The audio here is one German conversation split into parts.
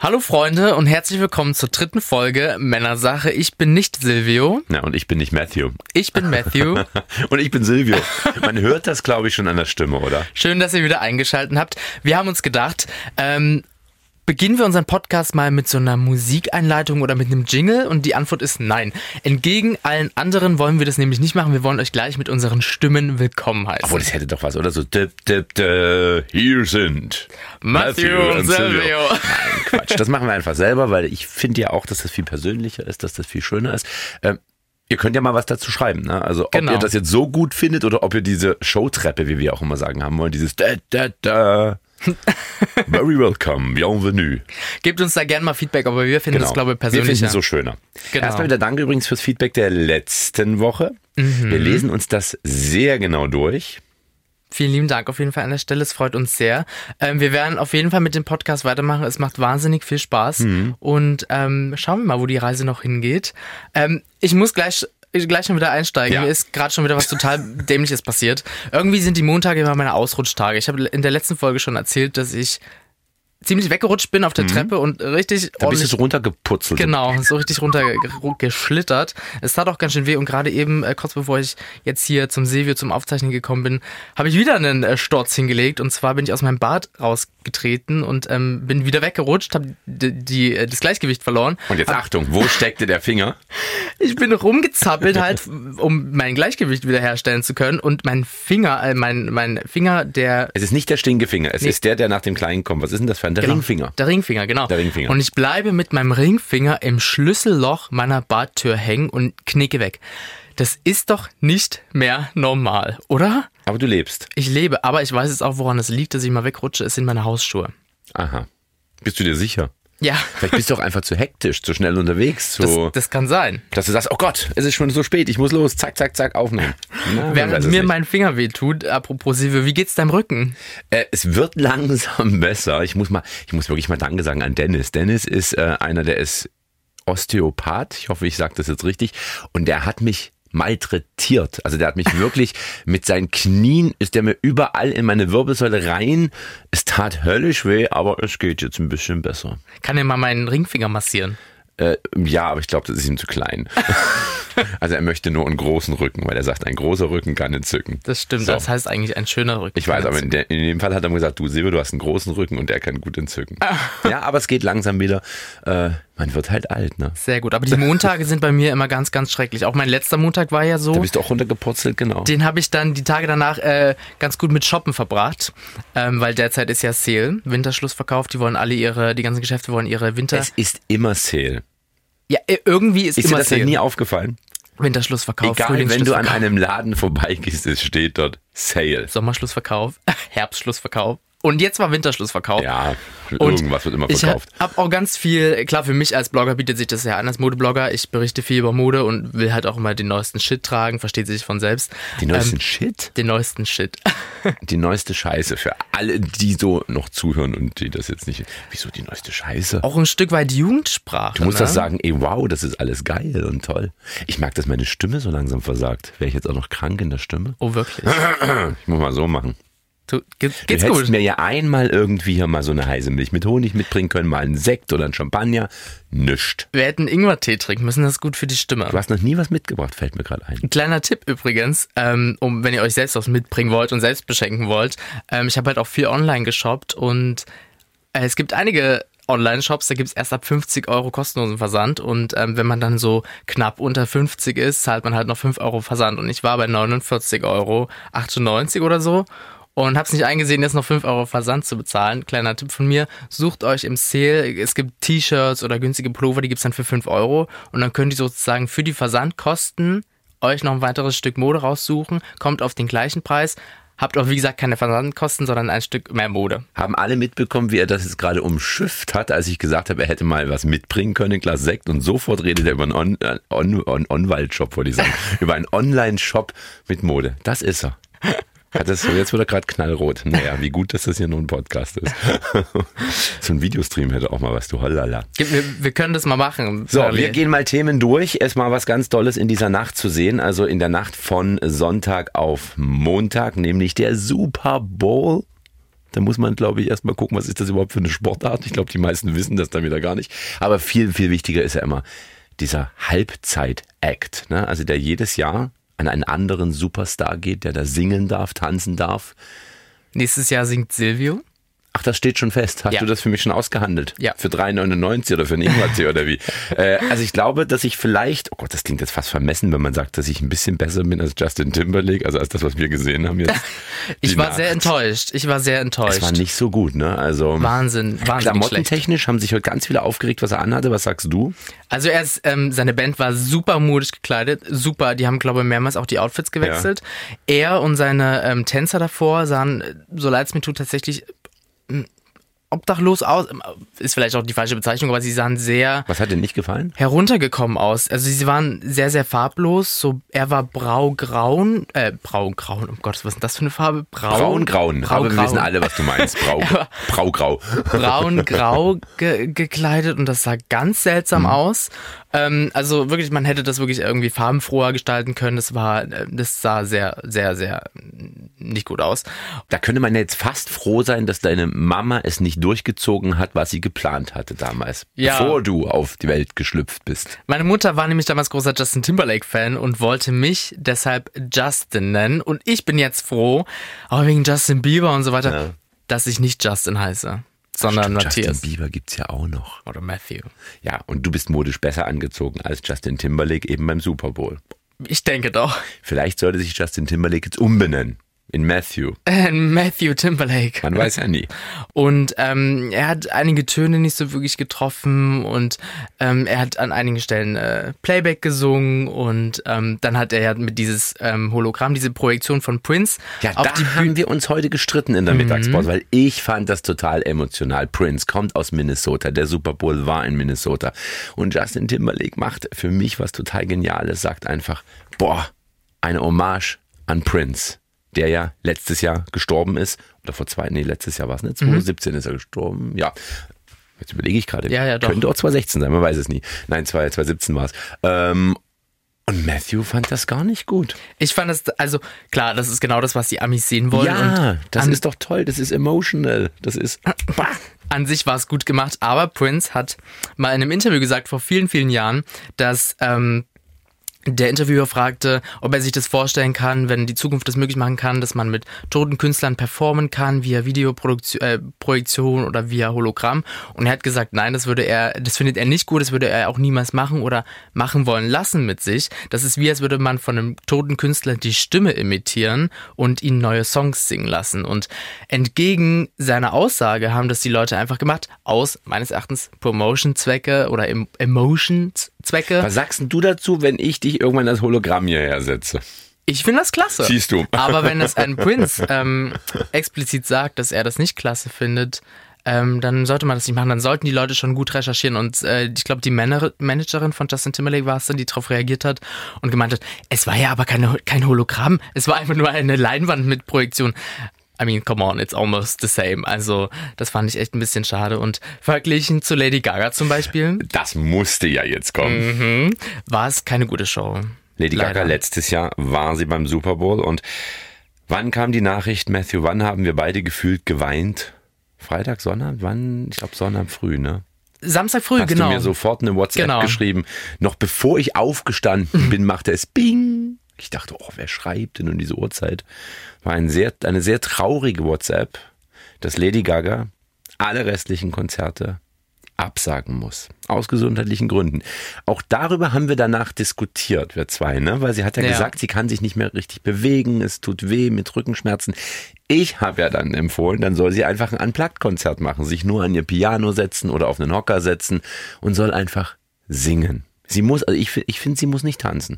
Hallo Freunde und herzlich willkommen zur 3. Folge Männersache. Ich bin nicht Silvio. Ja, und ich bin nicht Matthew. Ich bin Matthew. Und ich bin Silvio. Man hört das, glaube ich, schon an der Stimme, oder? Schön, dass ihr wieder eingeschaltet habt. Wir haben uns gedacht, beginnen wir unseren Podcast mal mit so einer Musikeinleitung oder mit einem Jingle? Und die Antwort ist nein. Entgegen allen anderen wollen wir das nämlich nicht machen. Wir wollen euch gleich mit unseren Stimmen willkommen heißen. Obwohl, das hätte doch was, oder? So, hier sind Matthew und Silvio. Nein, Quatsch. Das machen wir einfach selber, weil ich finde ja auch, dass das viel persönlicher ist, dass das viel schöner ist. Ihr könnt ja mal was dazu schreiben, ne? Also ob ihr das jetzt so gut findet oder ob ihr diese Showtreppe, wie wir auch immer sagen, haben wollen, dieses Very welcome, bienvenue. Gebt uns da gerne mal Feedback, aber wir finden das, glaube ich, persönlicher. Wir finden es so schöner. Genau. Erstmal wieder danke übrigens fürs Feedback der letzten Woche. Wir lesen uns das sehr genau durch. Vielen lieben Dank auf jeden Fall an der Stelle, es freut uns sehr. Wir werden auf jeden Fall mit dem Podcast weitermachen, es macht wahnsinnig viel Spaß und schauen wir mal, wo die Reise noch hingeht. Ich muss gleich schon wieder einsteigen. Ja. Mir ist gerade schon wieder was total Dämliches passiert. Irgendwie sind die Montage immer meine Ausrutschtage. Ich habe in der letzten Folge schon erzählt, dass ich ziemlich weggerutscht bin auf der Treppe und richtig da bist du so runtergeputzelt. Genau, so richtig runtergeschlittert. Es tat auch ganz schön weh und gerade eben, kurz bevor ich jetzt hier zum Silvio zum Aufzeichnen gekommen bin, habe ich wieder einen Sturz hingelegt und zwar bin ich aus meinem Bad rausgetreten und bin wieder weggerutscht, habe das Gleichgewicht verloren. Und jetzt Achtung, wo steckte der Finger? Ich bin rumgezappelt halt, um mein Gleichgewicht wiederherstellen zu können und mein Finger, der... Es ist nicht der Stinkefinger, es ist der nach dem Kleinen kommt. Was ist denn das für ein? Der Ringfinger. Der Ringfinger, genau. Der Ringfinger. Und ich bleibe mit meinem Ringfinger im Schlüsselloch meiner Badtür hängen und knicke weg. Das ist doch nicht mehr normal, oder? Aber du lebst. Ich lebe, aber ich weiß jetzt auch, woran es liegt, dass ich mal wegrutsche. Es sind meine Hausschuhe. Aha. Bist du dir sicher? Ja. Vielleicht bist du auch einfach zu hektisch, zu schnell unterwegs. Das kann sein. Dass du sagst, oh Gott, es ist schon so spät, ich muss los, zack, zack, zack, aufnehmen. Während mir mein Finger wehtut, apropos Silvio, wie geht's deinem Rücken? Es wird langsam besser. Ich muss wirklich mal Danke sagen an Dennis. Dennis ist einer, der ist Osteopath. Ich hoffe, ich sage das jetzt richtig. Und der hat mich malträtiert. Also der hat mich wirklich mit seinen Knien, ist der mir überall in meine Wirbelsäule rein. Es tat höllisch weh, aber es geht jetzt ein bisschen besser. Kann er mal meinen Ringfinger massieren? Ja, aber ich glaube, das ist ihm zu klein. Also er möchte nur einen großen Rücken, weil er sagt, ein großer Rücken kann entzücken. Das stimmt, so. Das heißt eigentlich ein schöner Rücken. Ich weiß, aber in dem Fall hat er mir gesagt, du Silvio, du hast einen großen Rücken und der kann gut entzücken. Ja, aber es geht langsam wieder. Man wird halt alt, ne? Sehr gut, aber die Montage sind bei mir immer ganz, ganz schrecklich. Auch mein letzter Montag war ja so. Da bist du auch runtergepurzelt, genau. Den habe ich dann die Tage danach ganz gut mit Shoppen verbracht, weil derzeit ist ja Sale, Winterschlussverkauf. Die ganzen Geschäfte wollen ihre Winter... Es ist immer Sale. Ja, irgendwie ist immer Sale. Ist dir das nie aufgefallen? Winterschlussverkauf, Egal, wenn du an einem Laden vorbeigehst, es steht dort Sale. Sommerschlussverkauf, Herbstschlussverkauf. Und jetzt war Winterschlussverkauf. Ja, irgendwas wird immer verkauft. Ich habe auch ganz viel, klar, für mich als Blogger bietet sich das ja an als Modeblogger. Ich berichte viel über Mode und will halt auch immer den neuesten Shit tragen, versteht sich von selbst. Den neuesten Shit? Den neuesten Shit. Die neueste Scheiße für alle, die so noch zuhören und die das jetzt nicht... Wieso die neueste Scheiße? Auch ein Stück weit Jugendsprache. Du musst das sagen, ey wow, das ist alles geil und toll. Ich mag, dass meine Stimme so langsam versagt. Wäre ich jetzt auch noch krank in der Stimme? Oh, wirklich? Ich muss mal so machen. Geht's du hättest gut? Mir ja einmal irgendwie hier mal so eine heiße Milch mit Honig mitbringen können, mal einen Sekt oder einen Champagner. Nischt. Wir hätten Ingwertee trinken müssen, das ist gut für die Stimme. Du hast noch nie was mitgebracht, fällt mir gerade ein. Ein kleiner Tipp übrigens, wenn ihr euch selbst was mitbringen wollt und selbst beschenken wollt. Ich habe halt auch viel online geshoppt und es gibt einige Online-Shops, da gibt es erst ab 50 € kostenlosen Versand und wenn man dann so knapp unter 50 ist, zahlt man halt noch 5 € Versand und ich war bei 49,98 € oder so. Und hab's nicht eingesehen, jetzt noch 5 € Versand zu bezahlen. Kleiner Tipp von mir, sucht euch im Sale, es gibt T-Shirts oder günstige Pullover, die gibt's dann für 5 € und dann könnt ihr sozusagen für die Versandkosten euch noch ein weiteres Stück Mode raussuchen, kommt auf den gleichen Preis, habt auch wie gesagt keine Versandkosten, sondern ein Stück mehr Mode. Haben alle mitbekommen, wie er das jetzt gerade umschifft hat, als ich gesagt habe, er hätte mal was mitbringen können, ein Glas Sekt und sofort redet er über einen On-Shop, wollte ich sagen, über einen Online-Shop mit Mode. Das ist er. Jetzt wird er gerade knallrot. Naja, wie gut, dass das hier nur ein Podcast ist. So ein Videostream hätte auch mal was, du Hollala. Wir können das mal machen. So, wir gehen mal Themen durch. Erstmal was ganz Tolles in dieser Nacht zu sehen. Also in der Nacht von Sonntag auf Montag, nämlich der Super Bowl. Da muss man, glaube ich, erstmal gucken, was ist das überhaupt für eine Sportart. Ich glaube, die meisten wissen das dann wieder gar nicht. Aber viel, viel wichtiger ist ja immer dieser Halbzeit-Act, ne? Also der jedes Jahr an einen anderen Superstar geht, der da singen darf, tanzen darf. Nächstes Jahr singt Silvio. Ach, das steht schon fest. Hast du das für mich schon ausgehandelt? Ja. Für 3,99 oder für einen Ingwer-Tee oder wie? Also ich glaube, dass ich vielleicht, oh Gott, das klingt jetzt fast vermessen, wenn man sagt, dass ich ein bisschen besser bin als Justin Timberlake, also als das, was wir gesehen haben jetzt. Ich war sehr enttäuscht. Es war nicht so gut, ne? Also Wahnsinn klamottentechnisch haben sich heute ganz viele aufgeregt, was er anhatte. Was sagst du? Also seine Band war super modisch gekleidet, super. Die haben, glaube ich, mehrmals auch die Outfits gewechselt. Ja. Er und seine Tänzer davor sahen, so leid es mir tut, tatsächlich obdachlos aus, ist vielleicht auch die falsche Bezeichnung, aber sie sahen sehr... Was hat dir nicht gefallen? Heruntergekommen aus. Also sie waren sehr, sehr farblos. So, er war braungrauen, um Gottes, was ist denn das für eine Farbe? Braungrauen, aber wir wissen alle, was du meinst. Braugrau. Braungrau gekleidet und das sah ganz seltsam aus. Also wirklich, man hätte das wirklich irgendwie farbenfroher gestalten können. Das sah sehr, sehr, sehr nicht gut aus. Da könnte man jetzt fast froh sein, dass deine Mama es nicht durchgezogen hat, was sie geplant hatte damals, bevor du auf die Welt geschlüpft bist. Meine Mutter war nämlich damals großer Justin Timberlake-Fan und wollte mich deshalb Justin nennen. Und ich bin jetzt froh, auch wegen Justin Bieber und so weiter, dass ich nicht Justin heiße, sondern Matthias. Justin Bieber gibt's ja auch noch. Oder Matthew. Ja, und du bist modisch besser angezogen als Justin Timberlake eben beim Super Bowl. Ich denke doch. Vielleicht sollte sich Justin Timberlake jetzt umbenennen. In Matthew. Matthew Timberlake. Man weiß ja nie. Und er hat einige Töne nicht so wirklich getroffen und er hat an einigen Stellen Playback gesungen und dann hat er ja mit dieses Hologramm, diese Projektion von Prince. Ja, da haben wir uns heute gestritten in der Mittagspause, weil ich fand das total emotional. Prince kommt aus Minnesota, der Super Bowl war in Minnesota und Justin Timberlake macht für mich was total Geniales, sagt einfach, eine Hommage an Prince, der ja letztes Jahr gestorben ist. Oder letztes Jahr war es nicht. 2017 ist er gestorben. Ja, jetzt überlege ich gerade. Ja, doch. Könnte auch 2016 sein, man weiß es nie. Nein, 2017 war es. Und Matthew fand das gar nicht gut. Ich fand das, also klar, das ist genau das, was die Amis sehen wollen. Ja, und das ist doch toll. Das ist emotional. Das ist... An sich war es gut gemacht, aber Prince hat mal in einem Interview gesagt, vor vielen, vielen Jahren, dass... der Interviewer fragte, ob er sich das vorstellen kann, wenn die Zukunft das möglich machen kann, dass man mit toten Künstlern performen kann, via Videoprojektion oder via Hologramm. Und er hat gesagt, nein, das findet er nicht gut, das würde er auch niemals machen oder machen wollen lassen mit sich. Das ist wie, als würde man von einem toten Künstler die Stimme imitieren und ihn neue Songs singen lassen. Und entgegen seiner Aussage haben das die Leute einfach gemacht, aus, meines Erachtens, Promotion-Zwecke oder Emotion-Zwecke. Was sagst du dazu, wenn ich dich irgendwann als Hologramm hierher setze? Ich finde das klasse. Siehst du. Aber wenn es ein Prince explizit sagt, dass er das nicht klasse findet, dann sollte man das nicht machen. Dann sollten die Leute schon gut recherchieren. Und ich glaube, die Managerin von Justin Timberlake war es dann, die darauf reagiert hat und gemeint hat, es war ja aber kein Hologramm. Es war einfach nur eine Leinwand mit Projektion. I mean, come on, it's almost the same. Also, das fand ich echt ein bisschen schade. Und verglichen zu Lady Gaga zum Beispiel. Das musste ja jetzt kommen. War es keine gute Show. Lady Gaga, letztes Jahr war sie beim Super Bowl. Und wann kam die Nachricht, Matthew, wann haben wir beide gefühlt geweint? Freitag, Sonnabend? Wann? Ich glaube, Sonnabend früh, ne? Samstag früh, Hast genau. Hast du mir sofort eine WhatsApp geschrieben. Noch bevor ich aufgestanden bin, machte es Bing. Ich dachte, wer schreibt denn um diese Uhrzeit? War eine sehr traurige WhatsApp, dass Lady Gaga alle restlichen Konzerte absagen muss. Aus gesundheitlichen Gründen. Auch darüber haben wir danach diskutiert, wir zwei, ne? Weil sie hat ja gesagt, sie kann sich nicht mehr richtig bewegen, es tut weh mit Rückenschmerzen. Ich habe ja dann empfohlen, dann soll sie einfach ein Unplugged-Konzert machen, sich nur an ihr Piano setzen oder auf einen Hocker setzen und soll einfach singen. Sie muss, also ich finde, sie muss nicht tanzen.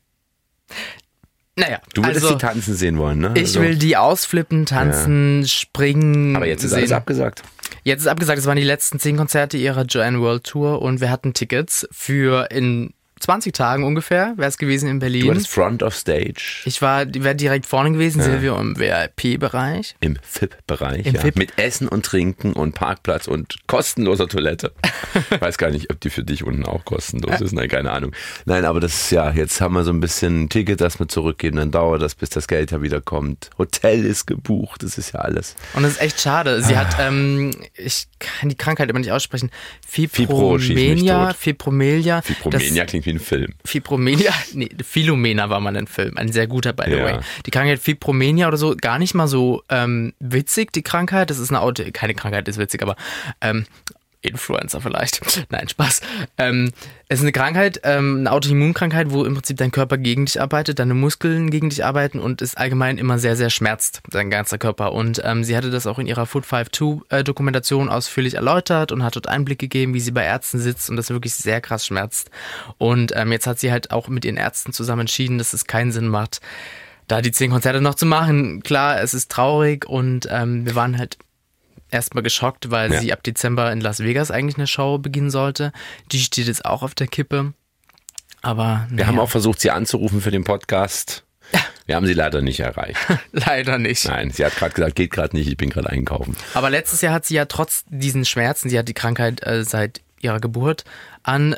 Naja, du würdest sie tanzen sehen wollen, ne? Ich will die ausflippen, tanzen, springen. Aber jetzt ist alles abgesagt. Jetzt ist abgesagt, es waren die letzten 10 Konzerte ihrer Joanne World Tour und wir hatten Tickets für in 20 Tagen ungefähr wäre es gewesen in Berlin. Du hattest Front of Stage. Ich wäre direkt vorne gewesen, Silvio im VIP-Bereich. Im VIP-Bereich, Im VIP. Mit Essen und Trinken und Parkplatz und kostenloser Toilette. Ich weiß gar nicht, ob die für dich unten auch kostenlos ist. Nein, keine Ahnung. Nein, aber das ist jetzt haben wir so ein bisschen ein Ticket, das wir zurückgeben, dann dauert das, bis das Geld ja wieder kommt. Hotel ist gebucht, das ist ja alles. Und das ist echt schade. Sie hat, ich kann die Krankheit immer nicht aussprechen, Fibromenia. Fibromenia Klingt wie ein Film. Philomena war mal ein Film, ein sehr guter, by the way. Die Krankheit Fibromenia oder so, gar nicht mal so witzig, die Krankheit. Das ist keine Krankheit ist witzig, aber Influencer vielleicht. Nein, Spaß. Es ist eine Krankheit, eine Autoimmunkrankheit, wo im Prinzip dein Körper gegen dich arbeitet, deine Muskeln gegen dich arbeiten und es allgemein immer sehr, sehr schmerzt, dein ganzer Körper. Und sie hatte das auch in ihrer Food 5-2 Dokumentation ausführlich erläutert und hat dort Einblick gegeben, wie sie bei Ärzten sitzt und das wirklich sehr krass schmerzt. Und jetzt hat sie halt auch mit ihren Ärzten zusammen entschieden, dass es keinen Sinn macht, da die 10 Konzerte noch zu machen. Klar, es ist traurig und wir waren halt erstmal geschockt, weil sie ab Dezember in Las Vegas eigentlich eine Show beginnen sollte. Die steht jetzt auch auf der Kippe. Aber wir haben auch versucht, sie anzurufen für den Podcast. Wir haben sie leider nicht erreicht. Leider nicht. Nein, sie hat gerade gesagt, geht gerade nicht, ich bin gerade einkaufen. Aber letztes Jahr hat sie ja trotz diesen Schmerzen, sie hat die Krankheit seit ihrer Geburt an,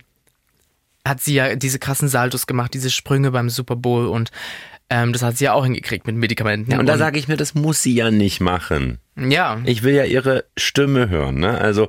hat sie ja diese krassen Saltos gemacht, diese Sprünge beim Super Bowl und das hat sie ja auch hingekriegt mit Medikamenten. Ja, und da sage ich mir, das muss sie ja nicht machen. Ja. Ich will ja ihre Stimme hören, ne? Also,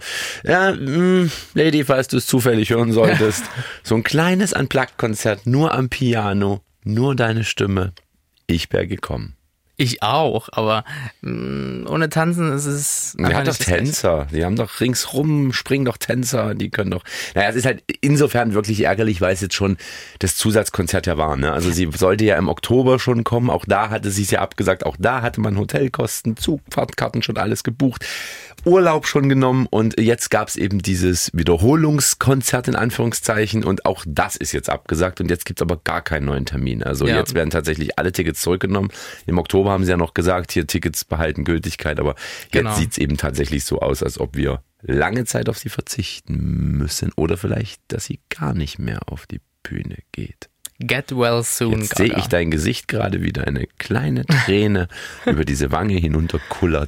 Lady, falls du es zufällig hören solltest, so ein kleines Unplugged-Konzert, nur am Piano, nur deine Stimme. Ich wäre gekommen. Ich auch, aber ohne Tanzen ist es... Wir haben doch Tänzer, die haben doch ringsrum, springen doch Tänzer, die können doch... Naja, es ist halt insofern wirklich ärgerlich, weil es jetzt schon das Zusatzkonzert ja war, ne? Also sie sollte ja im Oktober schon kommen, auch da hatte sie es ja abgesagt, auch da hatte man Hotelkosten, Zugfahrtkarten schon alles gebucht, Urlaub schon genommen und jetzt gab es eben dieses Wiederholungskonzert in Anführungszeichen und auch das ist jetzt abgesagt und jetzt gibt es aber gar keinen neuen Termin. Also jetzt werden tatsächlich alle Tickets zurückgenommen. Im Oktober haben sie ja noch gesagt, hier Tickets behalten Gültigkeit, aber jetzt sieht es eben tatsächlich so aus, als ob wir lange Zeit auf sie verzichten müssen oder vielleicht, dass sie gar nicht mehr auf die Bühne geht. Get well soon, Jetzt sehe ich dein Gesicht gerade wieder, eine kleine Träne über diese Wange hinunterkullert.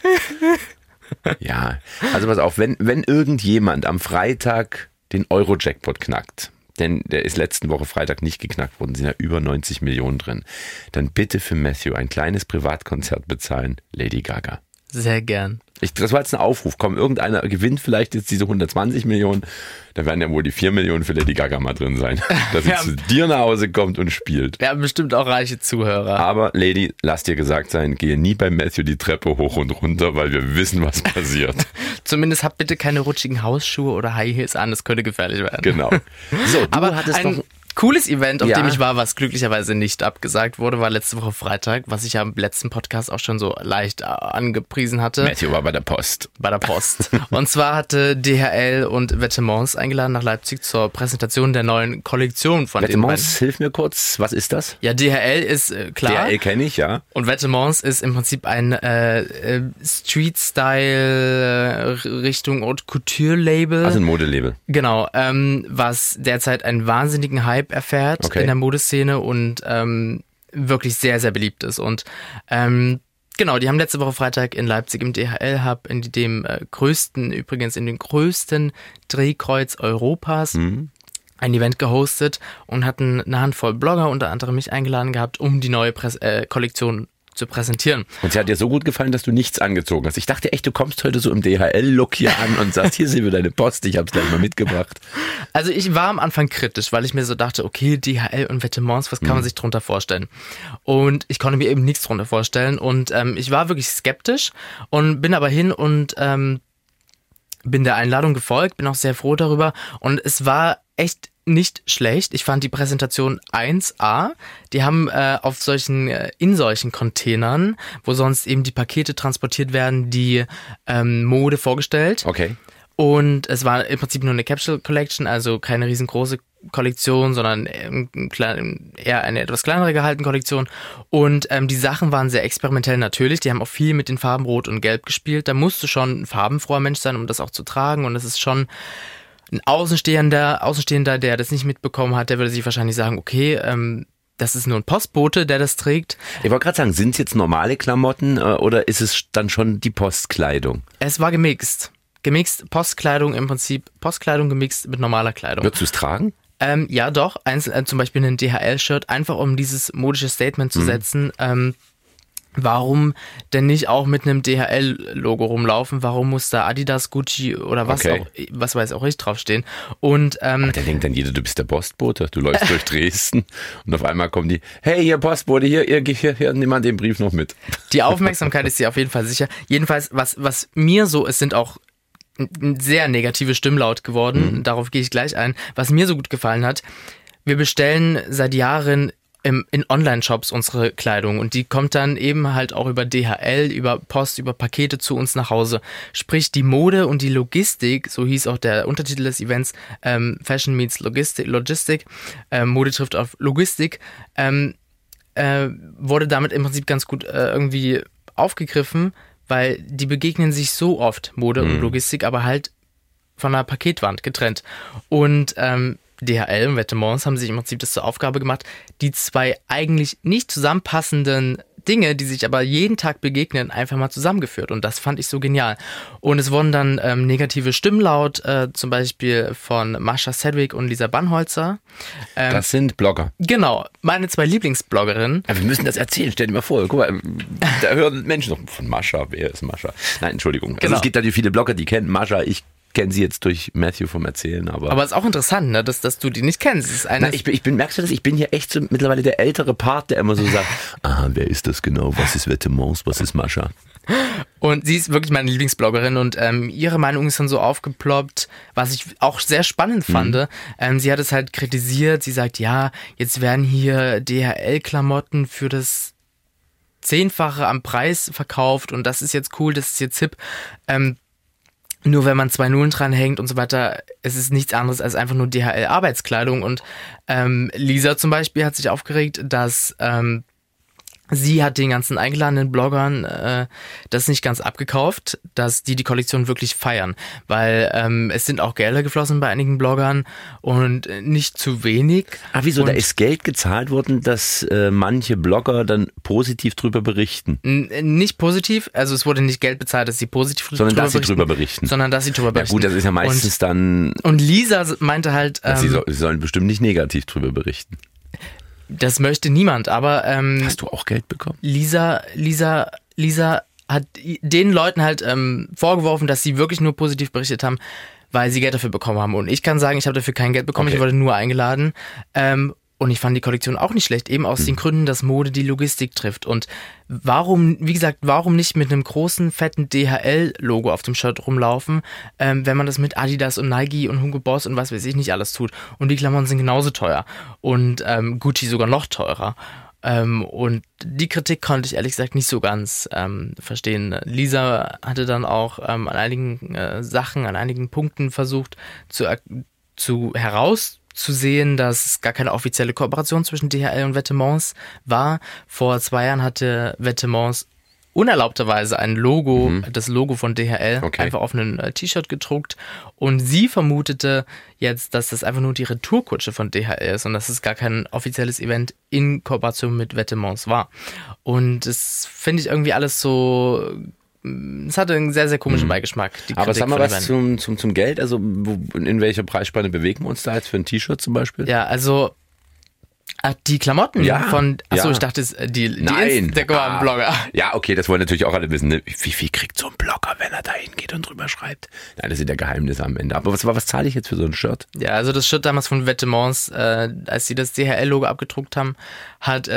Ja, also pass auf, wenn irgendjemand am Freitag den Euro-Jackpot knackt, denn der ist letzten Woche Freitag nicht geknackt worden, sind ja über 90 Millionen drin, dann bitte für Matthew ein kleines Privatkonzert bezahlen, Lady Gaga. Sehr gern. Das war jetzt ein Aufruf. Komm, irgendeiner gewinnt vielleicht jetzt diese 120 Millionen. Da werden ja wohl die 4 Millionen für Lady Gaga mal drin sein. Dass sie zu dir nach Hause kommt und spielt. Wir haben bestimmt auch reiche Zuhörer. Aber Lady, lass dir gesagt sein, gehe nie bei Matthew die Treppe hoch und runter, weil wir wissen, was passiert. Zumindest habt bitte keine rutschigen Hausschuhe oder High Heels an. Das könnte gefährlich werden. Genau. So, aber hattest ein cooles Event, auf dem ich war, was glücklicherweise nicht abgesagt wurde, war letzte Woche Freitag, was ich ja im letzten Podcast auch schon so leicht angepriesen hatte. Matthew war bei der Post. Bei der Post. Und zwar hatte DHL und Vetements eingeladen nach Leipzig zur Präsentation der neuen Kollektion von Vetements, hilf mir kurz, was ist das? Ja, DHL ist klar. DHL kenne ich, ja. Und Vetements ist im Prinzip ein Street-Style Richtung Haute Couture-Label. Also ein Modelabel. Genau, was derzeit einen wahnsinnigen Hype erfährt in der Modeszene und wirklich sehr, sehr beliebt ist. Und genau, die haben letzte Woche Freitag in Leipzig im DHL-Hub, in den größten Drehkreuz Europas, ein Event gehostet und hatten eine Handvoll Blogger, unter anderem mich eingeladen gehabt, um die neue Kollektion zu präsentieren. Und sie hat dir so gut gefallen, dass du nichts angezogen hast. Ich dachte echt, du kommst heute so im DHL-Look hier an und sagst, hier sind wir deine Post, ich hab's gleich mal mitgebracht. Also ich war am Anfang kritisch, weil ich mir so dachte, okay, DHL und Vetements, was kann man sich drunter vorstellen? Und ich konnte mir eben nichts drunter vorstellen und ich war wirklich skeptisch und bin aber hin und bin der Einladung gefolgt, bin auch sehr froh darüber und es war echt nicht schlecht. Ich fand die Präsentation 1A. Die haben in solchen Containern, wo sonst eben die Pakete transportiert werden, die Mode vorgestellt. Okay. Und es war im Prinzip nur eine Capsule Collection, also keine riesengroße Kollektion, sondern eher eine etwas kleinere gehaltene Kollektion. Und die Sachen waren sehr experimentell natürlich. Die haben auch viel mit den Farben Rot und Gelb gespielt. Da musst du schon ein farbenfroher Mensch sein, um das auch zu tragen. Und es ist schon Ein Außenstehender, der das nicht mitbekommen hat, der würde sich wahrscheinlich sagen, okay, das ist nur ein Postbote, der das trägt. Ich wollte gerade sagen, sind es jetzt normale Klamotten oder ist es dann schon die Postkleidung? Es war gemixt. Gemixt, Postkleidung im Prinzip, Postkleidung gemixt mit normaler Kleidung. Würdest du es tragen? Ja, doch. Zum Beispiel ein DHL-Shirt, einfach um dieses modische Statement zu setzen. Warum denn nicht auch mit einem DHL-Logo rumlaufen? Warum muss da Adidas, Gucci oder was weiß auch ich draufstehen? Und aber da denkt dann jeder, du bist der Postbote. Du läufst durch Dresden und auf einmal kommen die, hey, hier Postbote, hier, nimm mal den Brief noch mit. Die Aufmerksamkeit ist dir auf jeden Fall sicher. Jedenfalls, was mir so, es sind auch sehr negative Stimmlaut geworden, darauf gehe ich gleich ein. Was mir so gut gefallen hat, wir bestellen seit Jahren in Online-Shops unsere Kleidung und die kommt dann eben halt auch über DHL, über Post, über Pakete zu uns nach Hause. Sprich, die Mode und die Logistik, so hieß auch der Untertitel des Events, Fashion meets Logistik, Mode trifft auf Logistik, wurde damit im Prinzip ganz gut irgendwie aufgegriffen, weil die begegnen sich so oft, Mode und Logistik, aber halt von einer Paketwand getrennt. Und DHL und Vetements haben sich im Prinzip das zur Aufgabe gemacht, die zwei eigentlich nicht zusammenpassenden Dinge, die sich aber jeden Tag begegnen, einfach mal zusammengeführt. Und das fand ich so genial. Und es wurden dann negative Stimmen laut, zum Beispiel von Mascha Sedgwick und Lisa Bannholzer. Das sind Blogger. Genau, meine zwei Lieblingsbloggerinnen. Ja, wir müssen das erzählen, stell dir mal vor. Guck mal, da hören Menschen noch von Mascha. Wer ist Mascha? Nein, Entschuldigung. Genau. Also es gibt natürlich viele Blogger, die kennen Mascha. Ich kenne sie jetzt durch Matthew vom Erzählen, aber es ist auch interessant, ne, dass du die nicht kennst. Das ist eine merkst du das? Ich bin hier echt so mittlerweile der ältere Part, der immer so sagt, wer ist das genau? Was ist Vetements? Was ist Mascha? Und sie ist wirklich meine Lieblingsbloggerin und ihre Meinung ist dann so aufgeploppt, was ich auch sehr spannend fand. Sie hat es halt kritisiert. Sie sagt, ja, jetzt werden hier DHL-Klamotten für das 10-fache am Preis verkauft und das ist jetzt cool, das ist jetzt hip. Nur wenn man 2 Nullen dranhängt und so weiter, es ist nichts anderes als einfach nur DHL-Arbeitskleidung. Und Lisa zum Beispiel hat sich aufgeregt, dass sie hat den ganzen eingeladenen Bloggern das nicht ganz abgekauft, dass die Kollektion wirklich feiern. Weil es sind auch Gelder geflossen bei einigen Bloggern und nicht zu wenig. Wieso? Da ist Geld gezahlt worden, dass manche Blogger dann positiv drüber berichten? Nicht positiv, also es wurde nicht Geld bezahlt, dass sie positiv drüber berichten. Sondern dass sie drüber berichten. Ja gut, das ist ja meistens dann... Und Lisa meinte halt... sie sollen bestimmt nicht negativ drüber berichten. Das möchte niemand, aber... Hast du auch Geld bekommen? Lisa hat den Leuten halt vorgeworfen, dass sie wirklich nur positiv berichtet haben, weil sie Geld dafür bekommen haben. Und ich kann sagen, ich habe dafür kein Geld bekommen, Ich wurde nur eingeladen. Und ich fand die Kollektion auch nicht schlecht, eben aus den Gründen, dass Mode die Logistik trifft. Und warum nicht mit einem großen, fetten DHL-Logo auf dem Shirt rumlaufen, wenn man das mit Adidas und Nike und Hugo Boss und was weiß ich nicht alles tut. Und die Klamotten sind genauso teuer. Und Gucci sogar noch teurer. Und die Kritik konnte ich ehrlich gesagt nicht so ganz verstehen. Lisa hatte dann auch an einigen an einigen Punkten versucht herauszusehen, dass es gar keine offizielle Kooperation zwischen DHL und Vetements war. Vor 2 Jahren hatte Vetements unerlaubterweise ein Logo, das Logo von DHL, einfach auf ein T-Shirt gedruckt. Und sie vermutete jetzt, dass das einfach nur die Retourkutsche von DHL ist und dass es gar kein offizielles Event in Kooperation mit Vetements war. Und das finde ich irgendwie alles so... Es hatte einen sehr, sehr komischen Beigeschmack. Aber sag mal was zum Geld. Also in welcher Preisspanne bewegen wir uns da jetzt für ein T-Shirt zum Beispiel? Ja, also die Klamotten von... Achso, ich dachte, die Instagram-Blogger. Ja, okay, das wollen natürlich auch alle wissen. Ne? Wie viel kriegt so ein Blogger, wenn er da hingeht und drüber schreibt? Nein, das sind ja Geheimnisse am Ende. Aber was zahle ich jetzt für so ein Shirt? Ja, also das Shirt damals von Vetements, als sie das DHL-Logo abgedruckt haben, hat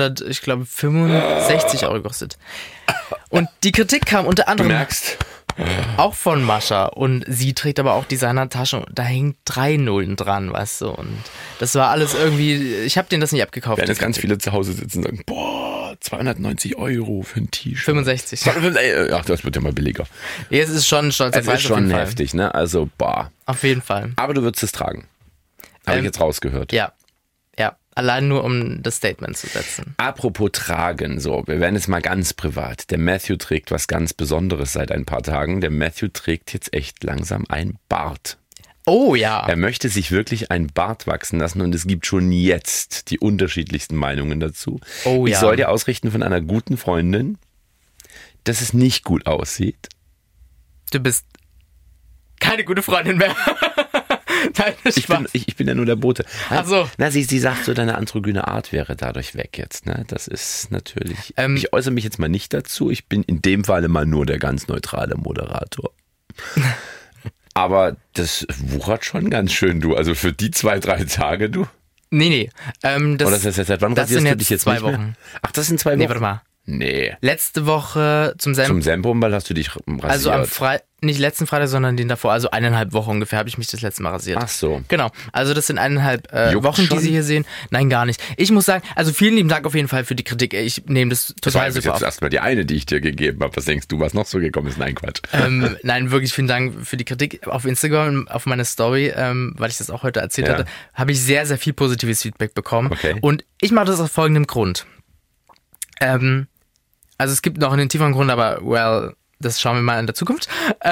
265 Euro gekostet. Und die Kritik kam unter anderem... Du merkst... Auch von Mascha. Und sie trägt aber auch Designer-Taschen. Da hängen 3 Nullen dran, weißt du. Und das war alles irgendwie... Ich habe denen das nicht abgekauft. Werden jetzt ganz viele zu Hause sitzen und sagen, 290 Euro für ein T-Shirt. 65. Ach, das wird ja mal billiger. Ja, es ist schon ein stolzer Preis. Es ist schon heftig, ne? Also, Auf jeden Fall. Aber du würdest es tragen. Habe ich jetzt rausgehört. Ja. Allein nur, um das Statement zu setzen. Apropos tragen, so, wir werden jetzt mal ganz privat. Der Matthew trägt was ganz Besonderes seit ein paar Tagen. Der Matthew trägt jetzt echt langsam ein Bart. Oh ja. Er möchte sich wirklich einen Bart wachsen lassen und es gibt schon jetzt die unterschiedlichsten Meinungen dazu. Oh ja. Ich soll dir ausrichten von einer guten Freundin, dass es nicht gut aussieht. Du bist keine gute Freundin mehr. Nein, Ich bin ja nur der Bote. Ach so. Na, sie sagt so, deine androgyne Art wäre dadurch weg jetzt. Ne? Das ist natürlich... ich äußere mich jetzt mal nicht dazu. Ich bin in dem Falle mal nur der ganz neutrale Moderator. Aber das wuchert schon ganz schön, du. Also für die 2-3 Tage, du. Nee. Oder das heißt, seit wann das rasierst sind du dich jetzt 2 nicht mehr? Wochen. Ach, das sind 2 Wochen? Nee, warte mal. Nee. Letzte Woche zum Zum Semperumball hast du dich rasiert. Also nicht letzten Freitag, sondern den davor, also 1,5 Wochen ungefähr habe ich mich das letzte Mal rasiert. Ach so. Genau, also das sind 1,5 Juckt Wochen, schon? die Sie hier sehen. Nein, gar nicht. Ich muss sagen, also vielen lieben Dank auf jeden Fall für die Kritik. Ich nehme das Das war total super jetzt auf. erstmal die eine, die ich dir gegeben habe. Was denkst du, was noch so gekommen ist? Nein, Quatsch. Nein, wirklich vielen Dank für die Kritik. Auf Instagram, auf meiner Story, weil ich das auch heute erzählt hatte, habe ich sehr, sehr viel positives Feedback bekommen. Okay. Und ich mache das aus folgendem Grund. Also es gibt noch einen tieferen Grund, aber das schauen wir mal in der Zukunft.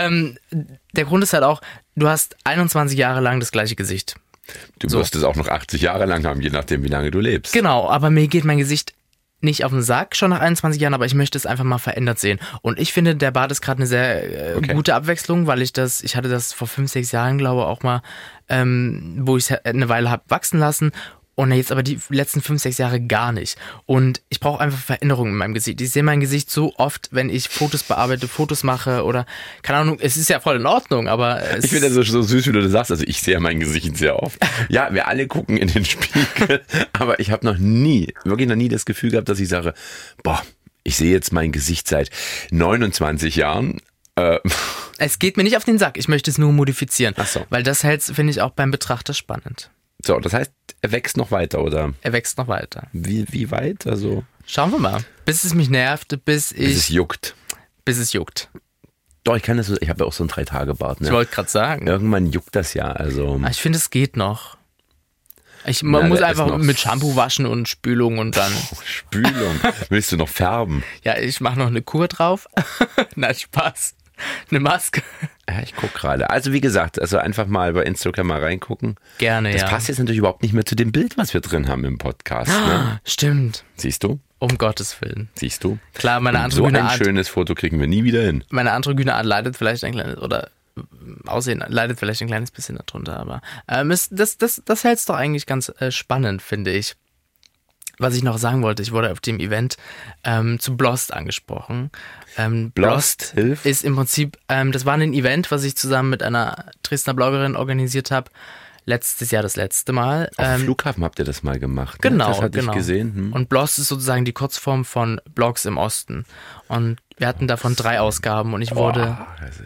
Der Grund ist halt auch, du hast 21 Jahre lang das gleiche Gesicht. Du wirst es auch noch 80 Jahre lang haben, je nachdem, wie lange du lebst. Genau, aber mir geht mein Gesicht nicht auf den Sack, schon nach 21 Jahren, aber ich möchte es einfach mal verändert sehen. Und ich finde, der Bart ist gerade eine sehr gute Abwechslung, weil ich hatte das vor 5-6 Jahren, glaube ich, auch mal, wo ich es eine Weile habe wachsen lassen. Und jetzt aber die letzten 5-6 Jahre gar nicht. Und ich brauche einfach Veränderungen in meinem Gesicht. Ich sehe mein Gesicht so oft, wenn ich Fotos bearbeite, Fotos mache oder, keine Ahnung, es ist ja voll in Ordnung, aber ich finde das so süß, wie du das sagst. Also ich sehe mein Gesicht sehr oft. Ja, wir alle gucken in den Spiegel, aber ich habe wirklich noch nie das Gefühl gehabt, dass ich sage, boah, ich sehe jetzt mein Gesicht seit 29 Jahren. Es geht mir nicht auf den Sack, ich möchte es nur modifizieren. Ach so. Weil das hält, finde ich, auch beim Betrachter spannend. So, das heißt, er wächst noch weiter, oder? Er wächst noch weiter. Wie weit? Also schauen wir mal. Bis es mich nervt, bis es juckt. Bis es juckt. Doch, ich habe ja auch so einen 3-Tage-Bart. Ne? Ich wollte gerade sagen. Irgendwann juckt das ja. Also. Ich finde, es geht noch. Man muss einfach mit Shampoo waschen und Spülung und dann... Spülung? Willst du noch färben? Ja, ich mache noch eine Kur drauf. Na, Spaß. Eine Maske. Ja, ich gucke gerade. Also wie gesagt, einfach mal bei Instagram mal reingucken. Gerne, Das passt jetzt natürlich überhaupt nicht mehr zu dem Bild, was wir drin haben im Podcast. Ne? Stimmt. Siehst du? Um Gottes Willen. Siehst du? Klar, meine androgyne Art... So ein schönes Foto kriegen wir nie wieder hin. Meine androgyne Art leidet vielleicht ein kleines... Oder Aussehen leidet vielleicht ein kleines bisschen darunter, aber das hält es doch eigentlich ganz spannend, finde ich. Was ich noch sagen wollte, ich wurde auf dem Event zu Blost angesprochen. Blost ist im Prinzip, das war ein Event, was ich zusammen mit einer Dresdner Bloggerin organisiert habe. Letztes Jahr das letzte Mal. Auf dem Flughafen habt ihr das mal gemacht. Ne? Genau, das hatte ich gesehen. Und Blost ist sozusagen die Kurzform von Blogs im Osten. Und wir hatten davon 3 Ausgaben und ich wurde...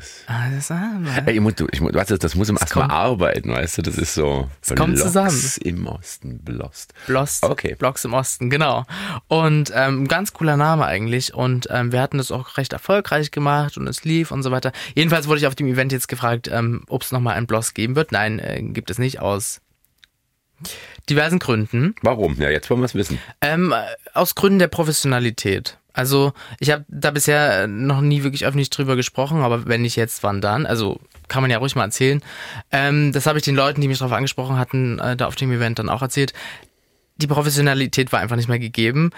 Das muss im erstmal arbeiten, weißt du? Das ist so... Es kommt zusammen. Im Osten, Blost. Okay. Blogs im Osten, genau. Und ganz cooler Name eigentlich. Und wir hatten das auch recht erfolgreich gemacht und es lief und so weiter. Jedenfalls wurde ich auf dem Event jetzt gefragt, ob es nochmal einen Blogs geben wird. Nein, gibt es nicht, aus diversen Gründen. Warum? Ja, jetzt wollen wir es wissen. Aus Gründen der Professionalität. Also ich habe da bisher noch nie wirklich öffentlich drüber gesprochen, aber wenn nicht jetzt, wann dann? Also kann man ja ruhig mal erzählen. Das habe ich den Leuten, die mich darauf angesprochen hatten, da auf dem Event dann auch erzählt. Die Professionalität war einfach nicht mehr gegeben.